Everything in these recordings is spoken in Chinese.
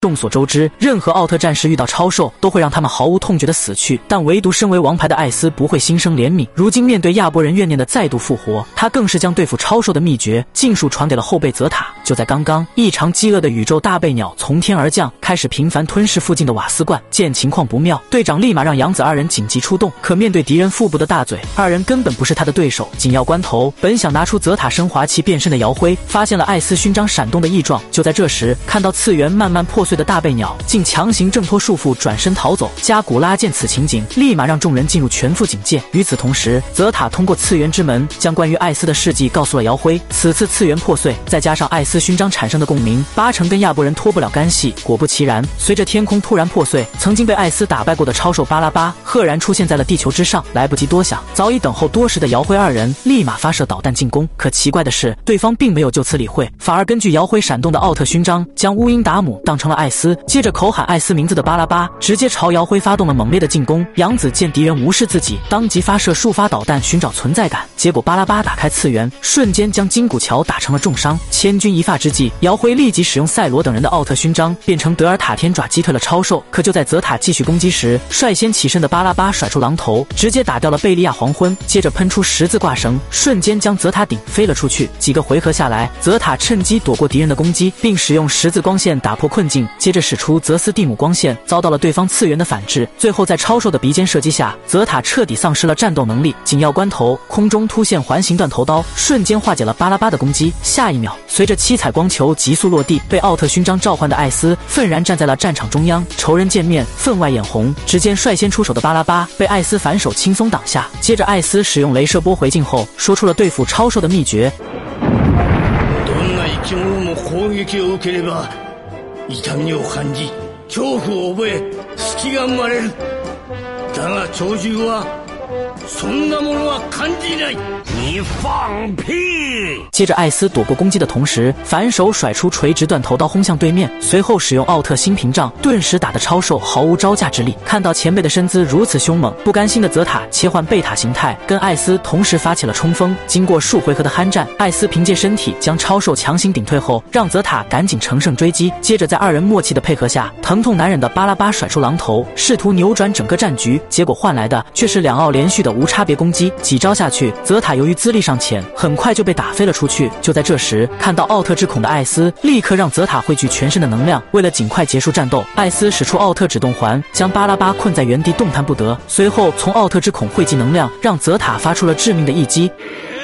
众所周知，任何奥特战士遇到超兽都会让他们毫无痛觉的死去，但唯独身为王牌的艾斯不会心生怜悯。如今面对亚伯人怨念的再度复活，他更是将对付超兽的秘诀尽数传给了后辈泽塔。就在刚刚，异常饥饿的宇宙大贝鸟从天而降，开始频繁吞噬附近的瓦斯罐。见情况不妙，队长立马让杨子二人紧急出动。可面对敌人腹部的大嘴，二人根本不是他的对手。紧要关头，本想拿出泽塔升华器变身的姚辉，发现了艾斯勋章闪动的异状。就在这时，看到次元慢慢破碎的大贝鸟，竟强行挣脱束缚，转身逃走。加古拉见此情景，立马让众人进入全副警戒。与此同时，泽塔通过次元之门，将关于艾斯的事迹告诉了姚辉。此次次元破碎，再加上艾斯勋章产生的共鸣，8成跟亚伯人脱不了干系。果不其然，随着天空突然破碎，曾经被艾斯打败过的超兽巴拉巴赫然出现在了地球之上。来不及多想，早已等候多时的姚辉二人立马发射导弹进攻。可奇怪的是，对方并没有就此理会，反而根据姚辉闪动的奥特勋章，将乌因达姆当成了艾斯。接着口喊艾斯名字的巴拉巴直接朝姚辉发动了猛烈的进攻。杨子见敌人无视自己，当即发射数发导弹寻找存在感，结果巴拉巴打开次元，瞬间将金古桥打成了重伤。千钧一发之际，姚辉立即使用赛罗等人的奥特勋章，变成德尔塔天爪击退了超兽。可就在泽塔继续攻击时，率先起身的巴拉巴甩出狼头，直接打掉了贝利亚黄昏，接着喷出十字挂绳，瞬间将泽塔顶飞了出去。几个回合下来，泽塔趁机躲过敌人的攻击，并使用十字光线打破困境，接着使出泽斯蒂姆光线，遭到了对方次元的反制。最后在超兽的鼻尖射击下，泽塔彻底丧失了战斗能力。紧要关头，空中突现环形断头刀，瞬间化解了巴拉巴的攻击。下一秒，随着七彩光球急速落地，被奥特勋章召唤的艾斯愤然站在了战场中央。仇人见面，分外眼红。只见率先出手的巴拉巴被艾斯反手轻松挡下，接着艾斯使用雷射波回敬后，说出了对付超兽的秘诀。 どんな生き物も攻撃を受ければ痛みを感じ恐怖を覚え隙が生まれる。だが鳥獣はそんなものは感じない。你放屁！ 接着艾斯躲过攻击的同时，反手甩出垂直断头刀轰向对面，随后使用奥特新屏障，顿时打得超兽毫无招架之力。看到前辈的身姿如此凶猛，不甘心的泽塔切换贝塔形态，跟艾斯同时发起了冲锋。经过数回合的酣战，艾斯凭借身体将超兽强行顶退后，让泽塔赶紧乘胜追击。接着在二人默契的配合下，疼痛难忍的巴拉巴甩出狼头，试图扭转整个战局，结果换来的却是两奥连续的无差别攻击。几招下去，泽塔由于资历尚浅，很快就被打飞了出去。就在这时，看到奥特之孔的艾斯立刻让泽塔汇聚全身的能量。为了尽快结束战斗，艾斯使出奥特止动环，将巴拉巴困在原地动弹不得。随后从奥特之孔汇集能量，让泽塔发出了致命的一击。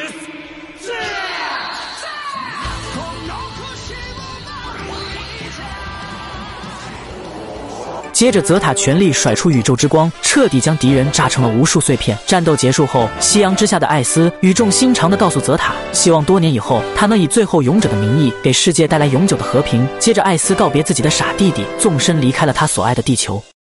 接着泽塔全力甩出宇宙之光，彻底将敌人炸成了无数碎片。战斗结束后，夕阳之下的艾斯语重心长地告诉泽塔，希望多年以后他能以最后勇者的名义给世界带来永久的和平。接着艾斯告别自己的傻弟弟，纵身离开了他所爱的地球。